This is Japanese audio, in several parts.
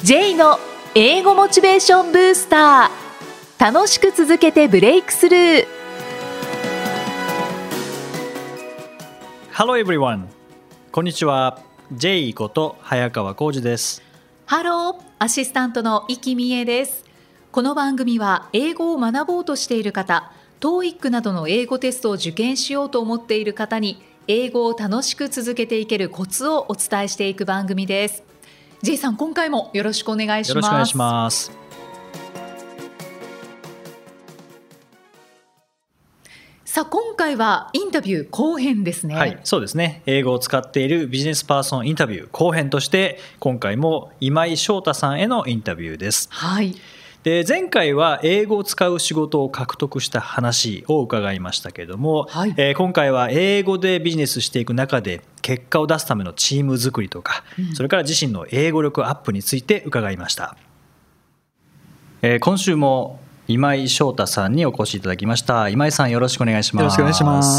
J の英語モチベーションブースター。楽しく続けてブレイクスルー。 Hello everyone。 こんにちは。 J こと早川浩二です。 ハロー、アシスタントの生きみえです。この番組は英語を学ぼうとしている方、TOEIC などの英語テストを受験しようと思っている方に英語を楽しく続けていけるコツをお伝えしていく番組です。 J さん、今回もよろしくお願いします。 よろしくお願いします。 さあ、今回はインタビュー後編ですね。 はい、そうですね。英語を使っているビジネスパーソンインタビュー後編として、今回も今井翔太さんへのインタビューです。 はい。 で、前回は英語を使う仕事を獲得した話を伺いましたけれども、 はい、 今回は英語でビジネスしていく中で結果を出すためのチーム作りとか、それから自身の英語力アップについて伺いました。今週も今井翔太さんにお越しいただきました。今井さん、よろしくお願いします。 よろしくお願いします。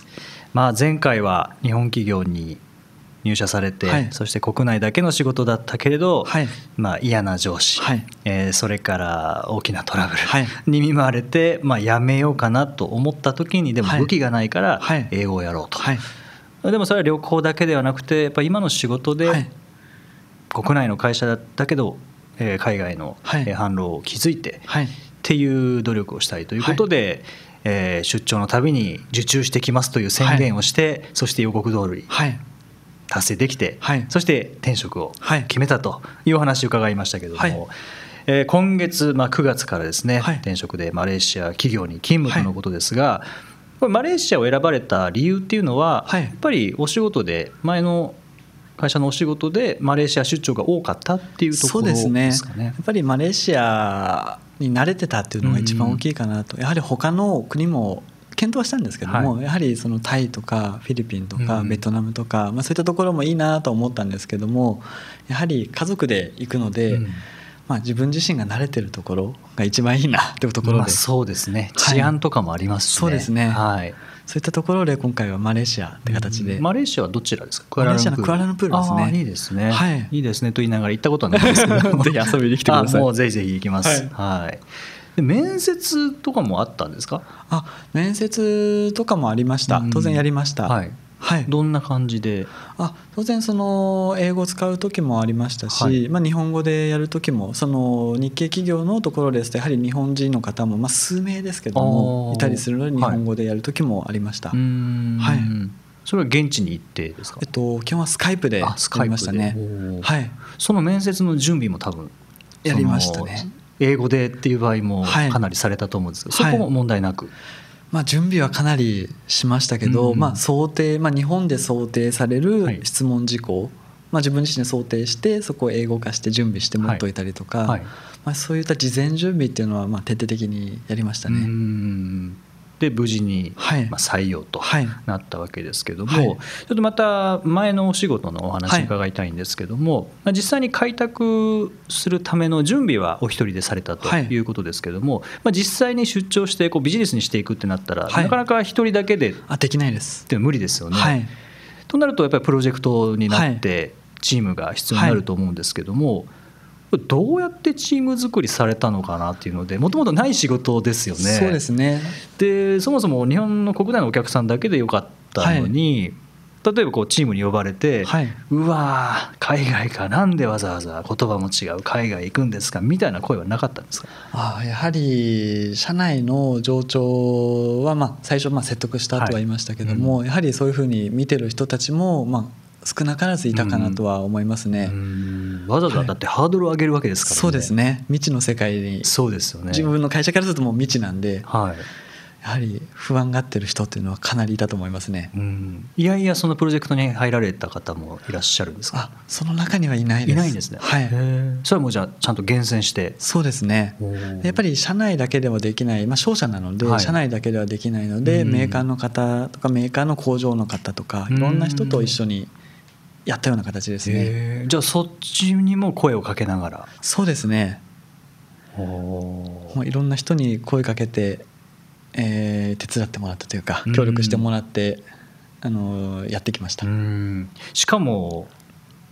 前回は日本企業に入社されて、はい、そして国内だけの仕事だったけれど、はい、嫌な上司、はい、それから大きなトラブルに見舞われて、辞めようかなと思った時に、でも武器がないから英語をやろうと、はいはい、でもそれは旅行だけではなくて、やっぱ今の仕事で国内の会社だけど海外の販路を築いてっていう努力をしたいということで、出張のたびに受注してきますという宣言をして、そして予告通り達成できて、そして転職を決めたというお話を伺いましたけども、今月、9月からですね、転職でマレーシア企業に勤務とのことですが、これマレーシアを選ばれた理由っていうのは、やっぱりお仕事で、前の会社のお仕事でマレーシア出張が多かったっていうところですかね。 そうですね。やっぱりマレーシアに慣れてたっていうのが一番大きいかなと。やはり他の国も検討はしたんですけども、やはりそのタイとかフィリピンとかベトナムとか、そういったところもいいなと思ったんですけども、やはり家族で行くので、自分自身が慣れてるところが一番いいなというところで、 そうですね。治安とかもありますしね。 そうですね。そういったところで今回はマレーシアって形で。 マレーシアはどちらですか？ マレーシアのクアラルンプールですね。 いいですね、いいですねと言いながら行ったことはないですけどぜひ遊びに来てください。 もうぜひぜひ行きます。で、面接とかもあったんですか？ 面接とかもありました。当然やりました。 どんな感じで？ 当然その英語を使う時もありましたし、日本語でやる時も、その日系企業のところですとやはり日本人の方も数名ですけどもいたりするので、日本語でやる時もありました。 それは現地に行ってですか？ 基本はスカイプでやりましたね。 その面接の準備も多分やりましたね。 英語でっていう場合もかなりされたと思うんですけど、そこも問題なく？ 準備はかなりしましたけど、想定、日本で想定される質問事項、自分自身で想定してそこを英語化して準備して持っておいたりとか、そういった事前準備っていうのは徹底的にやりましたね。 で無事に採用となったわけですけども、ちょっとまた前のお仕事のお話伺いたいんですけども、実際に開拓するための準備はお一人でされたということですけども、実際に出張してビジネスにしていくってなったら、なかなか一人だけでできないですって無理ですよね。となるとやっぱりプロジェクトになってチームが必要になると思うんですけども、どうやってチーム作りされたのかなっていうので、もともとない仕事ですよね。 そうですね。 でそもそも日本の国内のお客さんだけでよかったのに、例えばチームに呼ばれて、うわ海外か、なんでわざわざ言葉も違う海外行くんですかみたいな声はなかったんですか？ やはり社内の上長は最初説得したとは言いましたけども、やはりそういうふうに見てる人たちも少なからずいたかなとは思いますね。 わざわざだってハードルを上げるわけですからね。 そうですね。未知の世界に、 そうですよね。 自分の会社からするともう未知なんで、やはり不安がってる人っていうのはかなりいたと思いますね。 いやいや、そのプロジェクトに入られた方もいらっしゃるんですか？ その中にはいないです。 いないんですね。それはもうじゃあちゃんと厳選して。 そうですね。やっぱり社内だけではできない、商社なので、社内だけではできないので、メーカーの方とかメーカーの工場の方とかいろんな人と一緒にやったような形ですね。 じゃあそっちにも声をかけながら。 そうですね。もういろんな人に声かけて、手伝ってもらったというか、協力してもらってやってきました。 しかも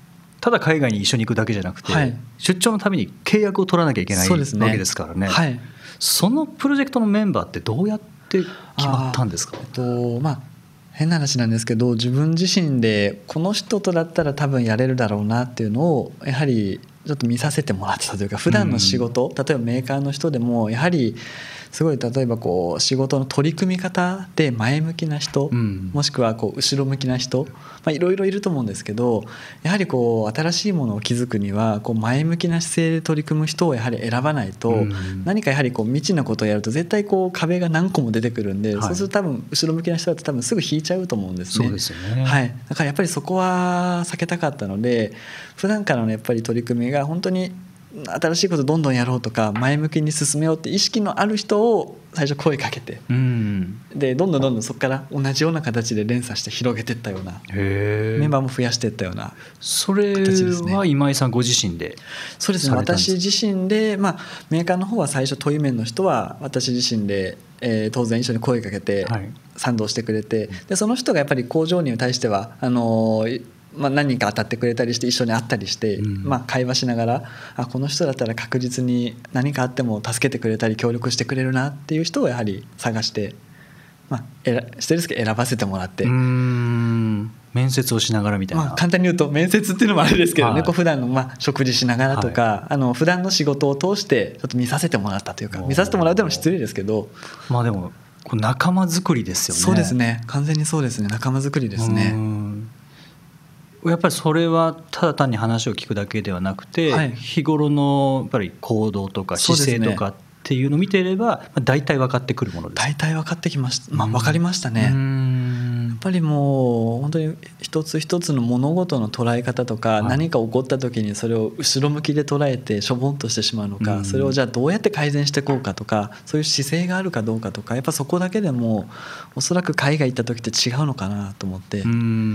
ただ海外に一緒に行くだけじゃなくて、はい、出張のために契約を取らなきゃいけないわけですからね。はい、そのプロジェクトのメンバーってどうやって決まったんですか？ 変な話なんですけど、自分自身でこの人とだったら多分やれるだろうなっていうのをやはりちょっと見させてもらってたというか、普段の仕事、例えばメーカーの人でもやはりすごい、例えばこう仕事の取り組み方で前向きな人、もしくはこう後ろ向きな人、いろいろいると思うんですけど、やはりこう新しいものを築くにはこう前向きな姿勢で取り組む人をやはり選ばないと、何かやはりこう未知なことをやると絶対こう壁が何個も出てくるんで、そうすると多分後ろ向きな人だと多分すぐ引いちゃうと思うんですね。 そうですよね。 はい、だからやっぱりそこは避けたかったので、普段からのやっぱり取り組みが本当に新しいことどんどんやろうとか前向きに進めようって意識のある人を最初声かけて、でどんどんそこから同じような形で連鎖して広げていったような、メンバーも増やしていったような形ですね。それは今井さんご自身で？ そうですね、私自身で、メーカーの方は最初問い面の人は私自身で、当然一緒に声かけて賛同してくれて、でその人がやっぱり工場に対しては何人か当たってくれたりして一緒に会ったりして、会話しながらこの人だったら確実に何かあっても助けてくれたり協力してくれるなっていう人をやはり探して、してですけど選ばせてもらって、 面接をしながらみたいな、 簡単に言うと面接っていうのもあれですけどね、普段の食事しながらとか、普段の仕事を通してちょっと見させてもらったというか、見させてもらうでも失礼ですけど、 でも仲間作りですよね。 そうですね、完全にそうですね、仲間作りですね。 やっぱりそれはただ単に話を聞くだけではなくて、日頃のやっぱり行動とか姿勢とかっていうのを見ていれば大体分かってくるものです。 大体分かってきました、分かりましたね。やっぱりもう本当に一つ一つの物事の捉え方とか、何か起こった時にそれを後ろ向きで捉えてしょぼんとしてしまうのか、それをじゃあどうやって改善していこうかとか、そういう姿勢があるかどうかとか、やっぱそこだけでもおそらく海外行った時って違うのかなと思って、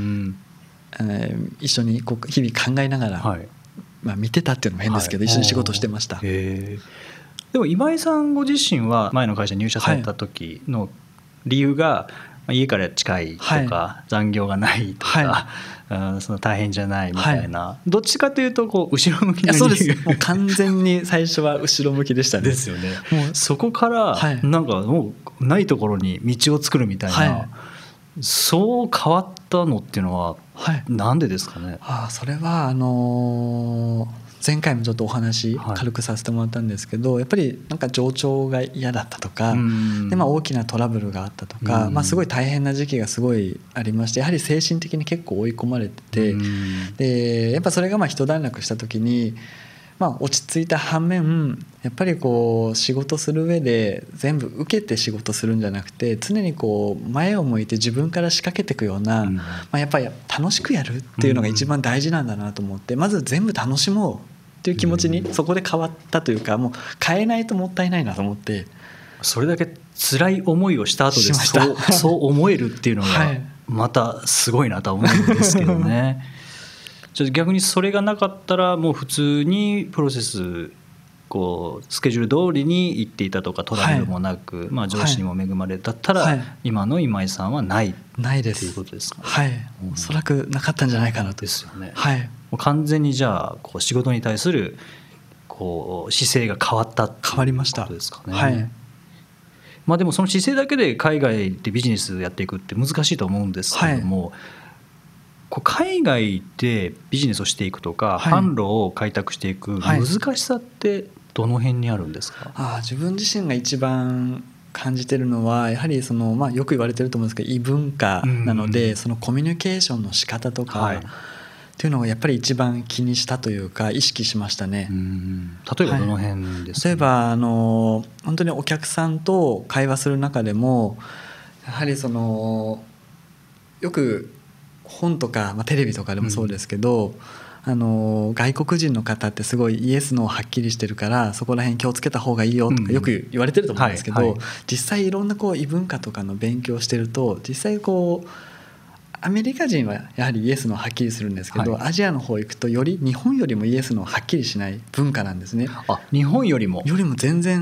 一緒にこう日々考えながら、見てたっていうのも変ですけど、一緒に仕事してました。 でも今井さんご自身は前の会社に入社された時の理由が、家から近いとか、残業がないとか、その大変じゃないみたいな、どっちかというとこう後ろ向きな理由。 そうです、もう完全に最初は後ろ向きでしたね。 ですよね。もうそこからなんかもうないところに道を作るみたいな、そう変わったのっていうのはなんでですかね？ それは前回もちょっとお話軽くさせてもらったんですけど、やっぱりなんか上長が嫌だったとか、で大きなトラブルがあったとか、すごい大変な時期がすごいありまして、やはり精神的に結構追い込まれてて、でやっぱそれが一段落した時に、落ち着いた反面、やっぱりこう仕事する上で全部受けて仕事するんじゃなくて、常にこう前を向いて自分から仕掛けていくような、やっぱり楽しくやるっていうのが一番大事なんだなと思って、まず全部楽しもうっていう気持ちにそこで変わったというか、もう変えないともったいないなと思って。 それだけ辛い思いをした後でそう思えるっていうのがまたすごいなとは思うんですけどね。逆にそれがなかったらもう普通にプロセスこうスケジュール通りに行っていたとか、トラブルもなく、上司にも恵まれだったら、今の今井さんはないですということですか？ おそらくなかったんじゃないかなと。 ですよね。もう完全にじゃあこう仕事に対するこう姿勢が変わったっていうことですかね。でもその姿勢だけで海外でビジネスやっていくって難しいと思うんですけども、こう海外でビジネスをしていくとか、販路を開拓していく難しさってどの辺にあるんですか？ 自分自身が一番感じてるのは、やはりその、よく言われてると思うんですけど、異文化なので、そのコミュニケーションの仕方とか、っていうのをやっぱり一番気にしたというか意識しましたね。 例えばどの辺ですか？ 例えば本当にお客さんと会話する中でも、やはりそのよく本とか、テレビとかでもそうですけど、外国人の方ってすごいイエスノーはっきりしてるからそこら辺気をつけた方がいいよとかよく言われてると思うんですけど、実際いろんなこう異文化とかの勉強をしてると、実際こうアメリカ人はやはりイエスノーはっきりするんですけど、アジアの方行くとより日本よりもイエスノーはっきりしない文化なんですね。 日本よりも全然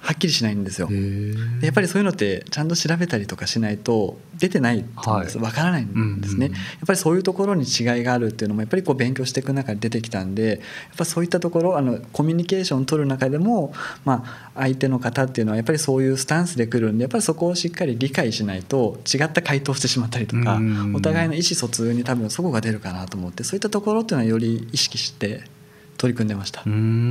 はっきりしないんですよ。でやっぱりそういうのってちゃんと調べたりとかしないと出てないと思うんです、わからないんですね。やっぱりそういうところに違いがあるっていうのもやっぱりこう勉強していく中で出てきたんで、やっぱそういったところコミュニケーションを取る中でも、相手の方っていうのはやっぱりそういうスタンスで来るんで、やっぱりそこをしっかり理解しないと違った回答をしてしまったりとか、お互いの意思疎通に多分そこが出るかなと思って、そういったところっていうのはより意識して取り組んでました。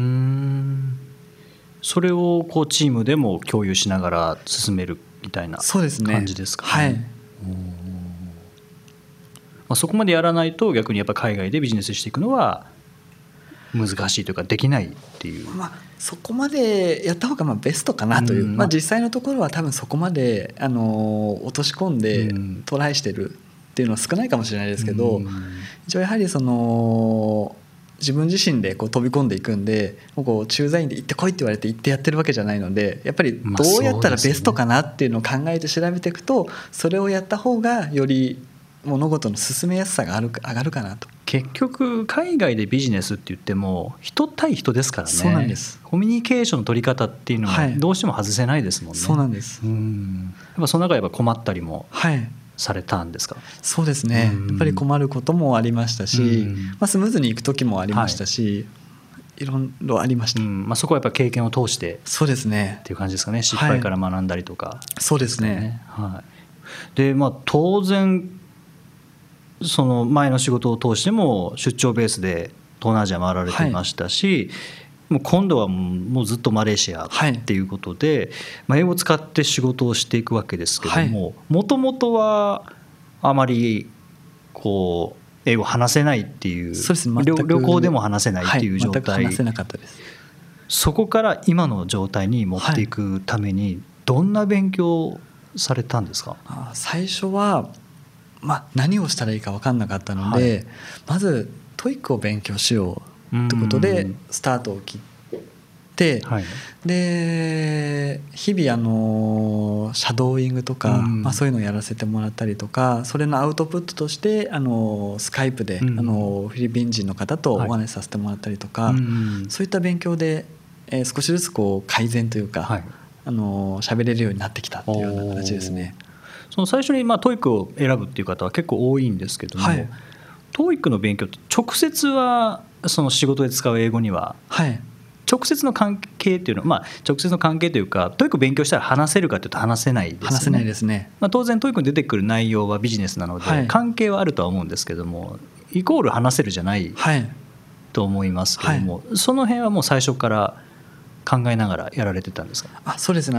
それをこうチームでも共有しながら進めるみたいな感じですかね。そこまでやらないと逆にやっぱ海外でビジネスしていくのは難しいというかできないっていう、 そこまでやった方がベストかなという、実際のところは多分そこまで落とし込んでトライしてるっていうのは少ないかもしれないですけど、一応やはり自分自身でこう飛び込んでいくんで、こう駐在員で行ってこいって言われて行ってやってるわけじゃないので、やっぱりどうやったらベストかなっていうのを考えて調べていくと、それをやった方がより物事の進めやすさが上がるかなと。 結局海外でビジネスって言っても人対人ですからね。 そうなんです。 コミュニケーションの取り方っていうのもどうしても外せないですもんね。 そうなんです。 やっぱその中でやっぱ困ったりもされたんですか？ そうですね、やっぱり困ることもありましたし、スムーズにいく時もありましたし、いろいろありました。 そこはやっぱ経験を通してそうですねっていう感じですかね。失敗から学んだりとか、 そうですね。 で当然その前の仕事を通しても出張ベースで東南アジア回られていましたし、もう今度はもうずっとマレーシアっていうことで、英語を使って仕事をしていくわけですけども、もともとはあまりこう英語話せないっていう、旅行でも話せないっていう状態、 全く話せなかったです。 そこから今の状態に持っていくためにどんな勉強をされたんですか？ 最初は何をしたらいいか分かんなかったので、まずTOEICを勉強しようということでスタートを切って、で日々シャドーイングとか、そういうのをやらせてもらったりとか、それのアウトプットとしてスカイプでフィリピン人の方とお話しさせてもらったりとか、そういった勉強で少しずつこう改善というか、喋れるようになってきたっていうような形ですね。 その最初にTOEICを選ぶっていう方は結構多いんですけども、TOEICの勉強って直接はその仕事で使う英語には直接の関係っていうのは、直接の関係というか、TOEIC勉強したら話せるかというと話せないですよね。 話せないですね。 当然TOEICに出てくる内容はビジネスなので関係はあるとは思うんですけども、イコール話せるじゃないと思いますけども、その辺はもう最初から考えながらやられてたんですか？ そうですね。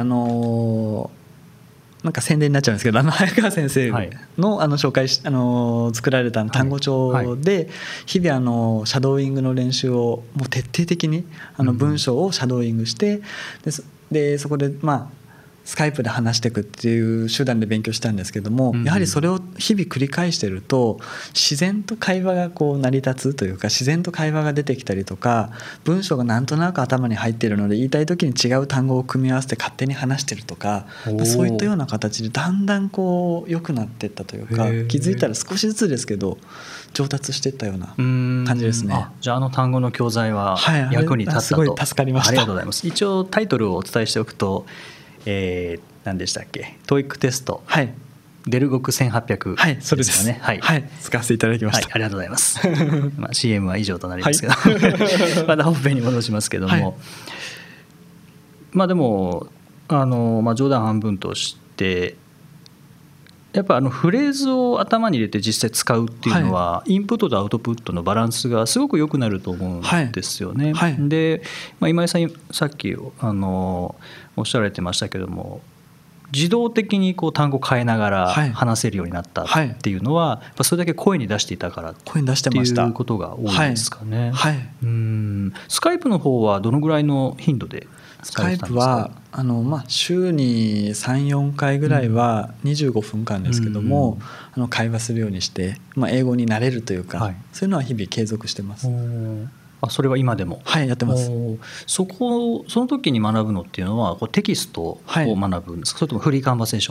なんか宣伝になっちゃうんですけど、早川先生の紹介し作られた単語帳で日々シャドーイングの練習をもう徹底的に文章をシャドーイングして、でそこでスカイプで話していくっていう手段で勉強したんですけども、やはりそれを日々繰り返してると自然と会話がこう成り立つというか、自然と会話が出てきたりとか、文章がなんとなく頭に入っているので言いたい時に違う単語を組み合わせて勝手に話してるとか、そういったような形でだんだんこう良くなっていったというか、気づいたら少しずつですけど上達していったような感じですね。 じゃあ単語の教材は役に立ったと。 すごい助かりました。 ありがとうございます。一応タイトルをお伝えしておくと、何でしたっけ、TOEICテスト、デルゴク1800、 そうですね。使わせていただきました。 ありがとうございます。CM は以上となりますけど、まだ本編に戻しますけども、でも冗談半分としてやっぱフレーズを頭に入れて実際使うっていうのは、インプットとアウトプットのバランスがすごく良くなると思うんですよね。で、今井さんさっきおっしゃられてましたけども、自動的にこう単語変えながら話せるようになったっていうのは、それだけ声に出していたからっていうことが多いですかね。スカイプの方はどのぐらいの頻度で使われてたんですか？ スカイプは週に 3,4 回ぐらいは25分間ですけども、会話するようにして、英語に慣れるというか、そういうのは日々継続してます。 それは今でもやってます。 その時に学ぶのっていうのはテキストを学ぶんですか、それともフリーカンバセーションで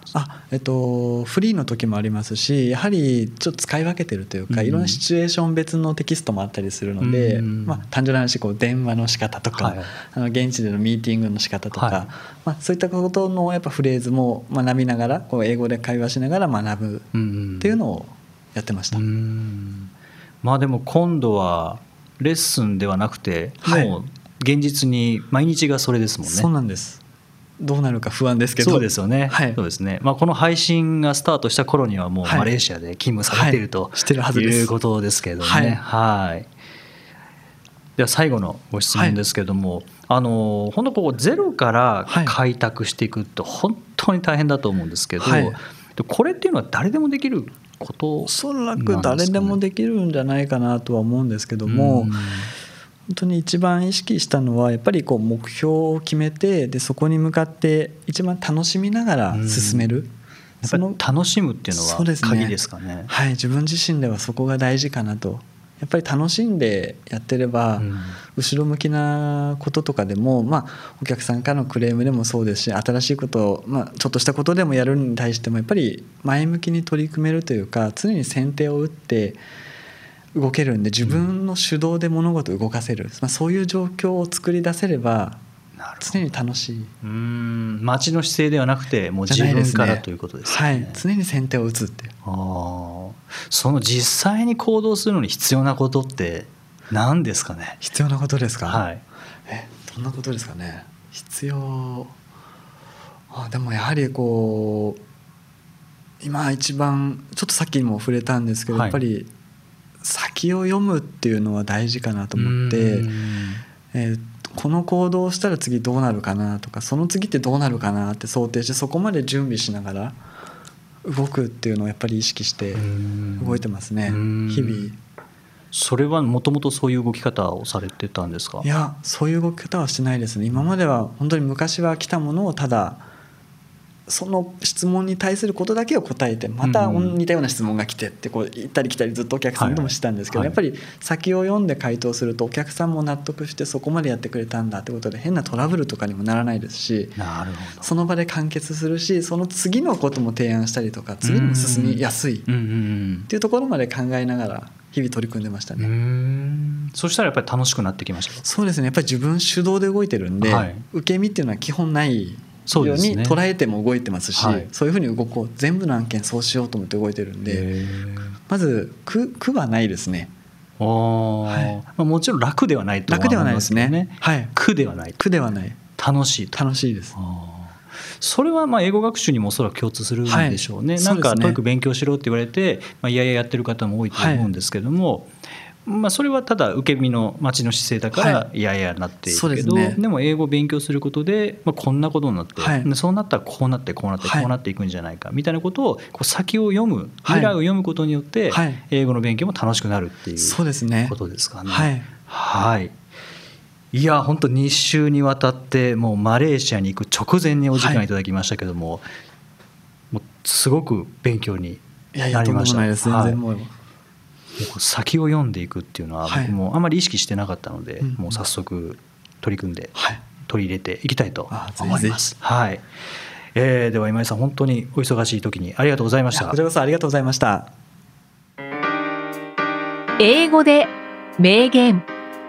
フリーの時もありますし、やはりちょっと使い分けてるというか、いろんなシチュエーション別のテキストもあったりするので、単純な話電話の仕方とか、現地でのミーティングの仕方とか、そういったことのやっぱフレーズも学びながら、英語で会話しながら学ぶっていうのをやってました。 でも今度はレッスンではなくて、もう現実に毎日がそれですもんね。 そうなんです。どうなるか不安ですけど。 そうですよね、そうですね。この配信がスタートした頃にはもうマレーシアで勤務されているということですけどね。では最後のご質問ですけども、本当ここゼロから開拓していくって本当に大変だと思うんですけど、これっていうのは誰でもできることなんですかね。おそらく誰でもできるんじゃないかなとは思うんですけども、本当に一番意識したのはやっぱり目標を決めて、でそこに向かって一番楽しみながら進める、 やっぱり楽しむっていうのは鍵ですかね。 自分自身ではそこが大事かなと。やっぱり楽しんでやってれば、後ろ向きなこととかでも、お客さんからのクレームでもそうですし、新しいことを、ちょっとしたことでもやるに対してもやっぱり前向きに取り組めるというか、常に先手を打って動けるんで、自分の主導で物事を動かせる、そういう状況を作り出せれば常に楽しい。 待ちの姿勢ではなくて、もう自分からということですね。 常に先手を打つっていう。 その実際に行動するのに必要なことって何ですかね。 必要なことですか。どんなことですかね。必要、でもやはり今一番ちょっとさっきにも触れたんですけど、やっぱり先を読むっていうのは大事かなと思って、この行動をしたら次どうなるかなとか、その次ってどうなるかなって想定して、そこまで準備しながら動くっていうのをやっぱり意識して動いてますね、日々。 それはもともとそういう動き方をされてたんですか。 いや、そういう動き方はしてないですね。今までは本当に昔は来たものをただその質問に対することだけを答えて、また似たような質問が来てって行ったり来たりずっとお客さんともしたんですけど、やっぱり先を読んで回答するとお客さんも納得して、そこまでやってくれたんだってことで変なトラブルとかにもならないですし、その場で完結するし、その次のことも提案したりとか、次にも進みやすいっていうところまで考えながら日々取り組んでましたね。 そしたらやっぱり楽しくなってきましたか。 そうですね。やっぱり自分主導で動いてるんで、受け身っていうのは基本ないように捉えても動いてますし、そういうふうに動こう、全部の案件そうしようと思って動いてるんで、まず苦はないですね。 もちろん楽ではないと思いますけどね。苦ではない。 苦ではない。 楽しい。 楽しいです。 それは英語学習にもおそらく共通するんでしょうね。なんかとにかく勉強しろって言われて、いやいややってる方も多いと思うんですけども、それはただ受け身の待ちの姿勢だからいやいやなっているけど、でも英語を勉強することで、こんなことになって、そうなったらこうなってこうなってこうなっていくんじゃないかみたいなことを先を読む、未来を読むことによって英語の勉強も楽しくなるっていうことですかね。いや本当2週にわたってもうマレーシアに行く直前にお時間いただきましたけども、もうすごく勉強になりました。先を読んでいくっていうのは僕もあまり意識してなかったので、もう早速取り組んで取り入れていきたいと思います。では今井さん、本当にお忙しい時にありがとうございました。 こちらこそありがとうございました。 英語で名言。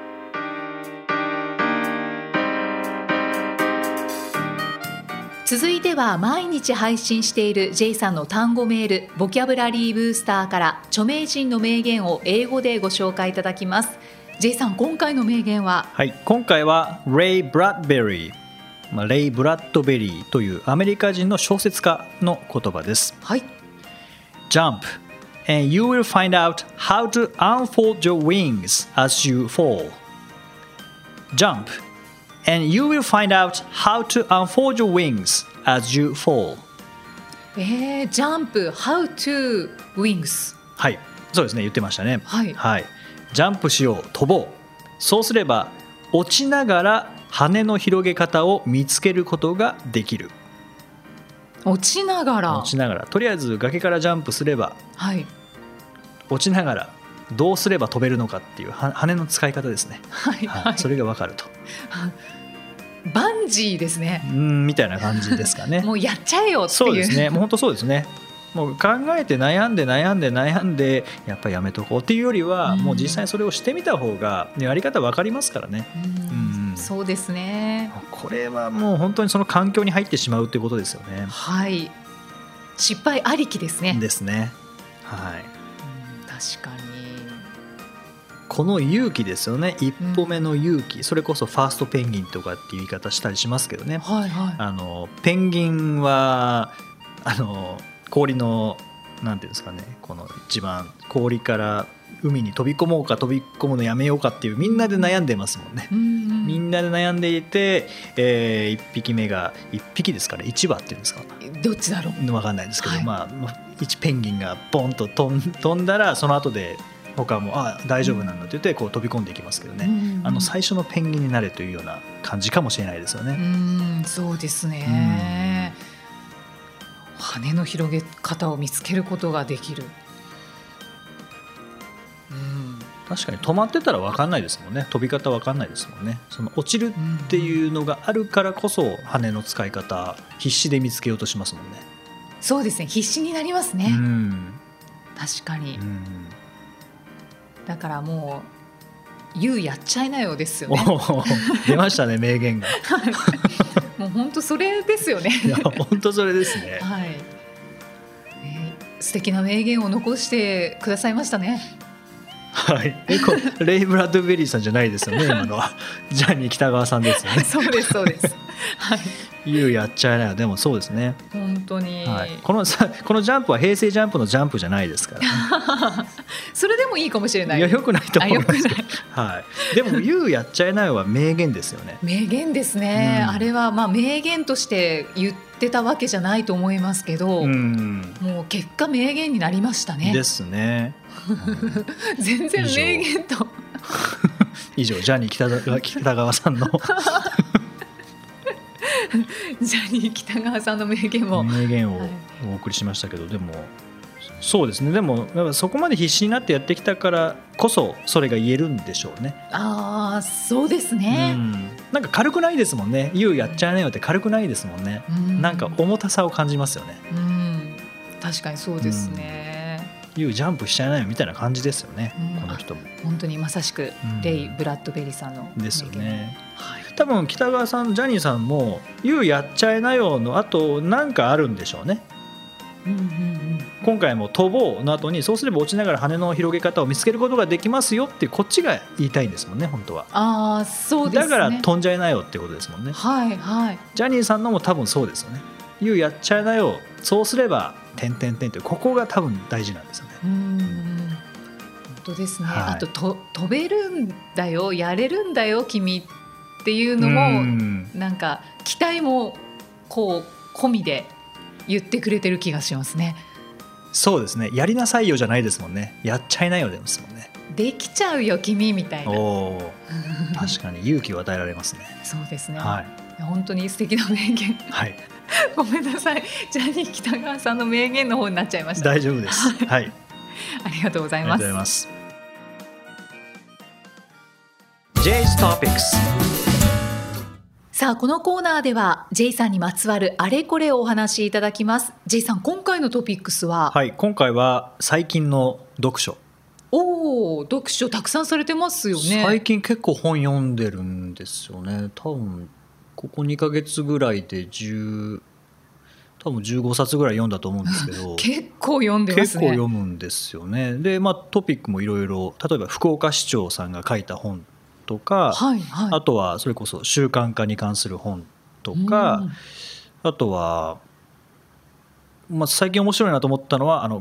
続いては毎日配信している J さんの単語メールボキャブラリーブースターから著名人の名言を英語でご紹介いただきます。 J さん、今回の名言は？ 今回はレイ・ブラッドベリー、レイ・ブラッドベリーというアメリカ人の小説家の言葉です。Jump and you will find out how to unfold your wings as you fall. Jump and you will find out how to unfold your wings as you fall. Jump, how to wings. そうですね、言ってましたね。ジャンプしよう、飛ぼう。そうすれば落ちながら羽の広げ方を見つけることができる。 落ちながらとりあえず崖からジャンプすれば、落ちながらどうすれば飛べるのかっていう羽の使い方ですね。それが分かると。 バンジーですね。 みたいな感じですかね。 もうやっちゃえよっていう。 そうですね、もう本当そうですね。もう考えて悩んでやっぱりやめとこうっていうよりは、もう実際にそれをしてみた方がやり方分かりますからね。 そうですね。 これはもう本当にその環境に入ってしまうってことですよね。 はい、失敗ありきですね。 ですね。はい。 確かにこの勇気ですよね。一歩目の勇気、それこそファーストペンギンとかっていう言い方したりしますけどね、 はいはい、 ペンギンは氷のなんていうんですかね、この一番氷から海に飛び込もうか飛び込むのやめようかっていうみんなで悩んでますもんね、みんなで悩んでいて、1匹目が1匹ですかね、1羽っていうんですか、 どっちだろう分かんないですけど、1ペンギンがポンと飛んだらその後で他も大丈夫なんだって言ってこう飛び込んでいきますけどね、最初のペンギンになれというような感じかもしれないですよね。 そうですね、羽の広げ方を見つけることができる。 確かに止まってたら分かんないですもんね。飛び方分かんないですもんね。その落ちるっていうのがあるからこそ羽の使い方必死で見つけようとしますもんね。 そうですね、必死になりますね、確かに、だからもう言うやっちゃいなよですよね。 出ましたね、名言が。 もう本当それですよね。 いや本当それですね。 はい、素敵な名言を残してくださいましたね。 はい、レイ・ブラッドベリーさんじゃないですよね、今のは。ジャニー北川さんですよね。 そうですそうです。はい。 言うやっちゃいなよ。でもそうですね。 本当に。 はい、このジャンプは平成ジャンプのジャンプじゃないですから、ね。それでもいいかもしれない。 いや良くないと思います。はい。でも言うやっちゃいなよは名言ですよね。 名言ですね。あれは名言として言ってたわけじゃないと思いますけど、もう結果名言になりましたね。 ですね。 全然名言と以上ジャニー北川さんのジャニー北川さんの名言をお送りしましたけど、でもそうですね。でもそこまで必死になってやってきたからこそそれが言えるんでしょうね。 そうですね、 なんか軽くないですもんね。言うやっちゃいなよって軽くないですもんね。なんか重たさを感じますよね。 確かにそうですね。 言うジャンプしちゃいなよみたいな感じですよね、この人も。 本当にまさしくレイ・ブラッドベリーさんのですよね。多分北川さんジャニーさんも言うやっちゃいなよの後なんかあるんでしょうね。今回も飛ぼうの後にそうすれば落ちながら羽の広げ方を見つけることができますよってこっちが言いたいんですもんね、本当は。 そうですね。 だから飛んじゃいなよってことですもんね。 はいはい。 ジャニーさんのも多分そうですよね。言うやっちゃいなよ、そうすれば点々点ってここが多分大事なんですよね。 本当ですね。あと飛べるんだよ、やれるんだよ君っていうのもなんか期待もこう込みで言ってくれてる気がしますね。 そうですね。やりなさいよじゃないですもんね。やっちゃいなよですもんね。 できちゃうよ君みたいな。 確かに勇気を与えられますね。 そうですね、 はい、 本当に素敵な名言、 はい、 ごめんなさい、ジャニー北川さんの名言の方になっちゃいました。 大丈夫です、はい、 ありがとうございます。 ありがとうございます。 J's Topics。 さあこのコーナーでは J さんにまつわるあれこれをお話しいただきます。 J さん、今回のトピックスは？ はい、今回は最近の読書。 読書たくさんされてますよね。 最近結構本読んでるんですよね。多分ここ2ヶ月ぐらいで多分15冊ぐらい読んだと思うんですけど結構読んでますね。 結構読むんですよね。で、トピックもいろいろ、例えば福岡市長さんが書いた本とか、あとはそれこそ習慣化に関する本とか、あとは、最近面白いなと思ったのは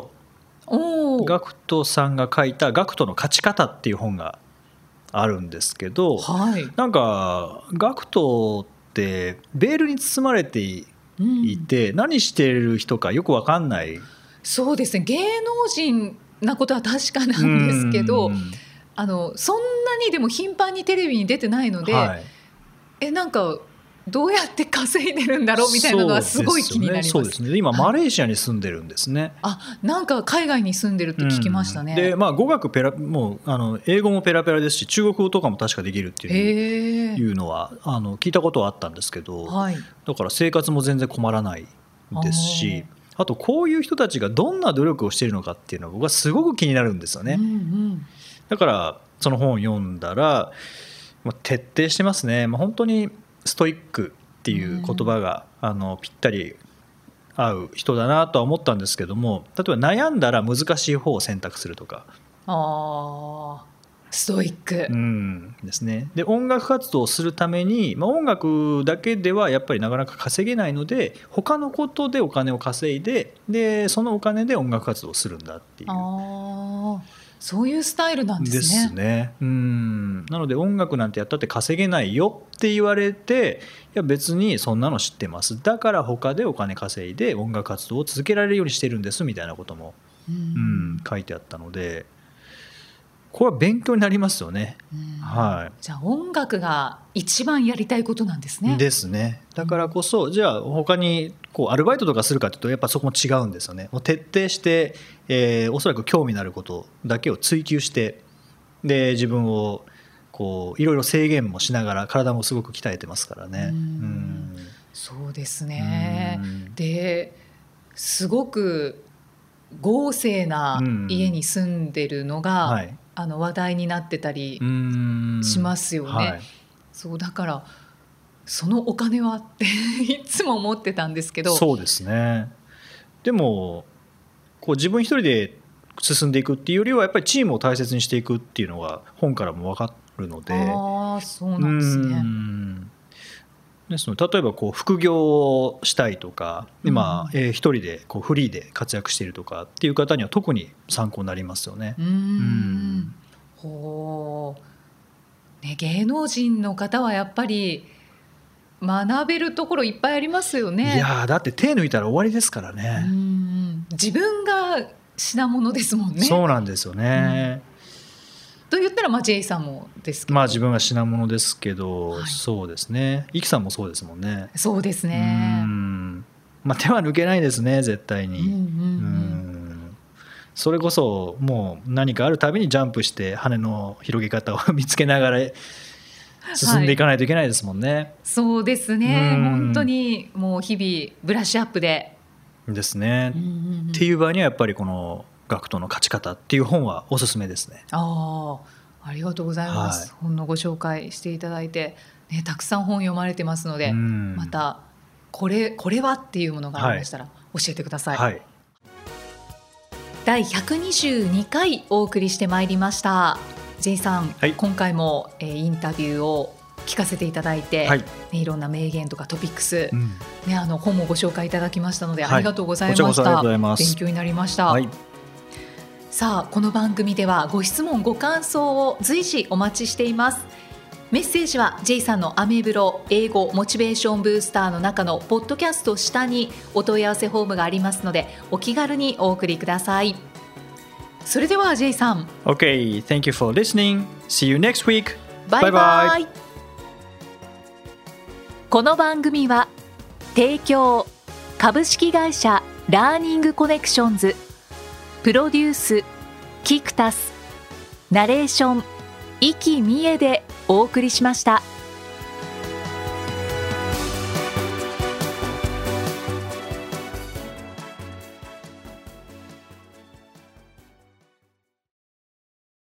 GACKTさんが書いたGACKTの勝ち方っていう本があるんですけど、なんかGACKTってベールに包まれていて、何してる人かよく分かんない。 そうですね、芸能人なことは確かなんですけど、そんなにでも頻繁にテレビに出てないので、なんかどうやって稼いでるんだろうみたいなのはすごい気になります。 そうですね。今マレーシアに住んでるんですね。 なんか海外に住んでるって聞きましたね。 で、語学もう英語もペラペラですし、中国語とかも確かできるっていうのは聞いたことはあったんですけど、だから生活も全然困らないですし、あとこういう人たちがどんな努力をしているのかっていうのは僕はすごく気になるんですよね。だからその本を読んだら徹底してますね。本当にストイックっていう言葉がぴったり合う人だなとは思ったんですけども、例えば悩んだら難しい方を選択するとか、 ストイック、 ですね。で音楽活動をするために、音楽だけではやっぱりなかなか稼げないので、他のことでお金を稼いで、そのお金で音楽活動をするんだっていう、 そういうスタイルなんですね。 ですね。なので音楽なんてやったって稼げないよって言われて、いや別にそんなの知ってます、だから他でお金稼いで音楽活動を続けられるようにしてるんですみたいなことも、書いてあったので、これは勉強になりますよね。 じゃあ音楽が一番やりたいことなんですね。 ですね。だからこそ、じゃあ他にアルバイトとかするかというとやっぱそこも違うんですよね。もう徹底して、おそらく興味のあることだけを追求して、で自分をいろいろ制限もしながら、体もすごく鍛えてますからね。 そうですね。ですごく豪勢な家に住んでるのが、話題になってたりしますよね。そうだからそのお金はっていつも思ってたんですけど。 そうですね。でも自分一人で進んでいくっていうよりは、やっぱりチームを大切にしていくっていうのが本からも分かるので。 そうなんですね。 ですので、例えば副業をしたいとか、今一人でフリーで活躍しているとかっていう方には特に参考になりますよね。 芸能人の方はやっぱり学べるところいっぱいありますよね。 いやだって手抜いたら終わりですからね。 自分が品物ですもんね。 そうなんですよね。 と言ったらJ さんもですけど、 自分が品物ですけど、そうですね。イキさんもそうですもんね。 そうですね。 手は抜けないですね、絶対に。それこそもう何かあるたびにジャンプして羽の広げ方を見つけながら進んでいかないといけないですもんね。 そうですね。本当にもう日々ブラッシュアップですね。っていう場合にはやっぱりこの学徒の勝ち方っていう本はおすすめですね。 ありがとうございます。本のご紹介していただいて、たくさん本読まれてますので、またこれはっていうものがありましたら教えてください。第122回お送りしてまいりました。 J さん、今回もインタビューを聞かせていただいて、いろんな名言とかトピックス、本もご紹介いただきましたので、ありがとうございました。勉強になりました。さあ、この番組ではご質問ご感想を随時お待ちしています。メッセージは J さんのアメブロ英語モチベーションブースターの中のポッドキャスト下にお問い合わせフォームがありますので、お気軽にお送りください。それでは J さん、 OK, thank you for listening. See you next week. バイバイ。この番組は提供株式会社ラーニングコネクションズ、プロデュースキクタス、ナレーション生きみえでお送りしました。